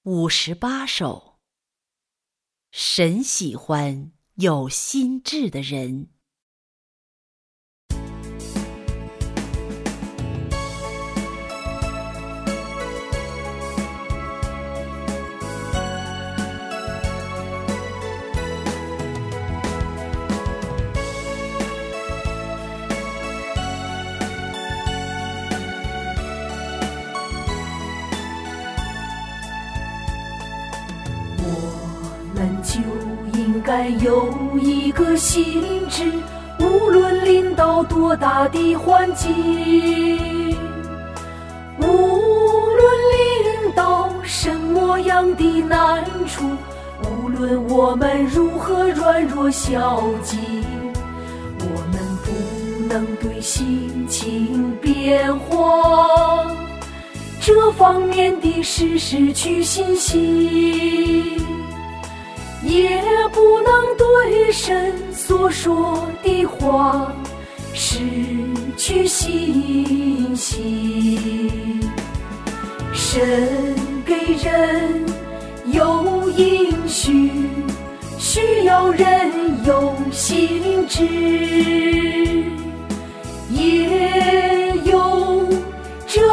58首。神喜欢有心志的人。 我们就应该有一个心志，无论临到多大的环境，无论临到什么样的难处，无论我们如何软弱消极，我们不能对心情变化这方面的事失去信心，也不能对神所说的话失去信心。神给人有应许，需要人有心志，也有这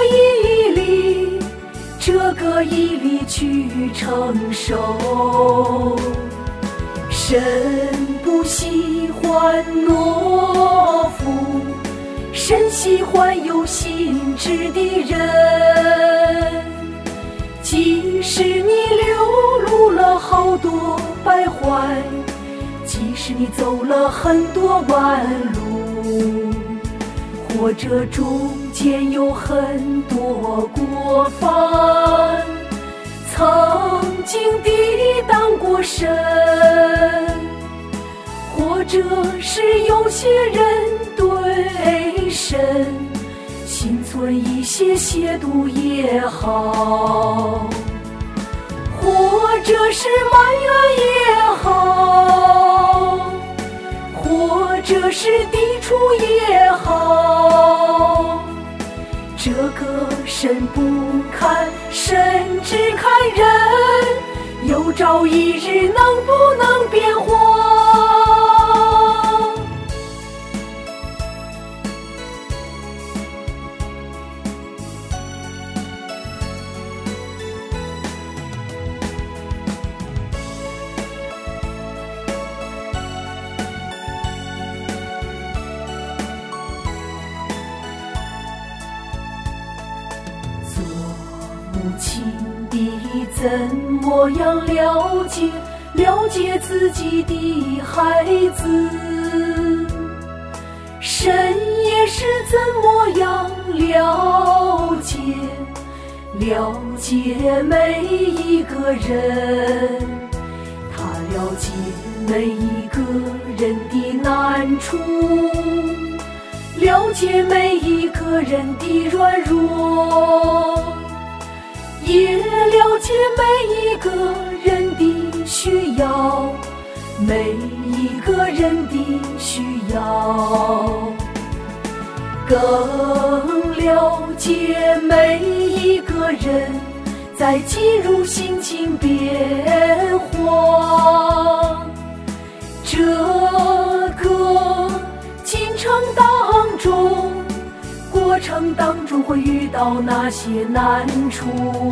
个毅力去承受。神不喜欢懦夫，神喜欢有心志的人。即使你流露了好多败坏，即使你走了很多弯路，或者中间有很多过犯，曾经抵挡过神，或者是有些人对神心存一些亵渎也好，或者是埋怨也好，或者是抵触也好，这个神不看，神只看人，有朝一日能不能变化。母亲的怎么样了解自己的孩子，神也是怎么样了解每一个人，他了解每一个人的难处，了解每一个人的软弱，也了解每一个人的需要，每一个人的需要，更了解每一个人在进入心情变化这个进程当中，过程当中会遇到哪些难处，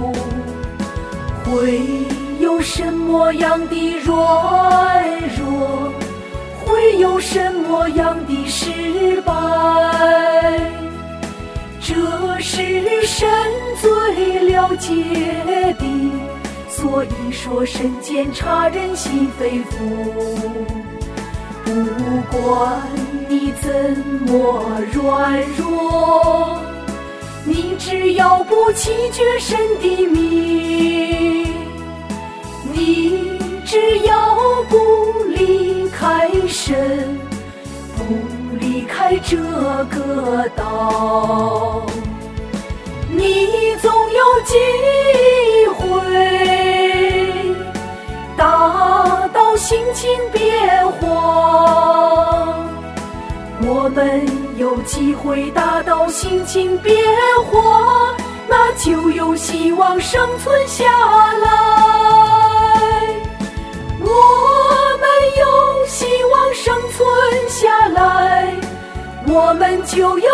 会有什么样的软弱，会有什么样的失败，这是神最了解的，所以说神检察人心肺腑，不管你怎么软弱，你只要不弃绝神的名，你只要不离开神，不离开这个道，你总有机会达到心情变化，我们有机会达到心情变化，那就有希望生存下来。我们有希望生存下来，我们就有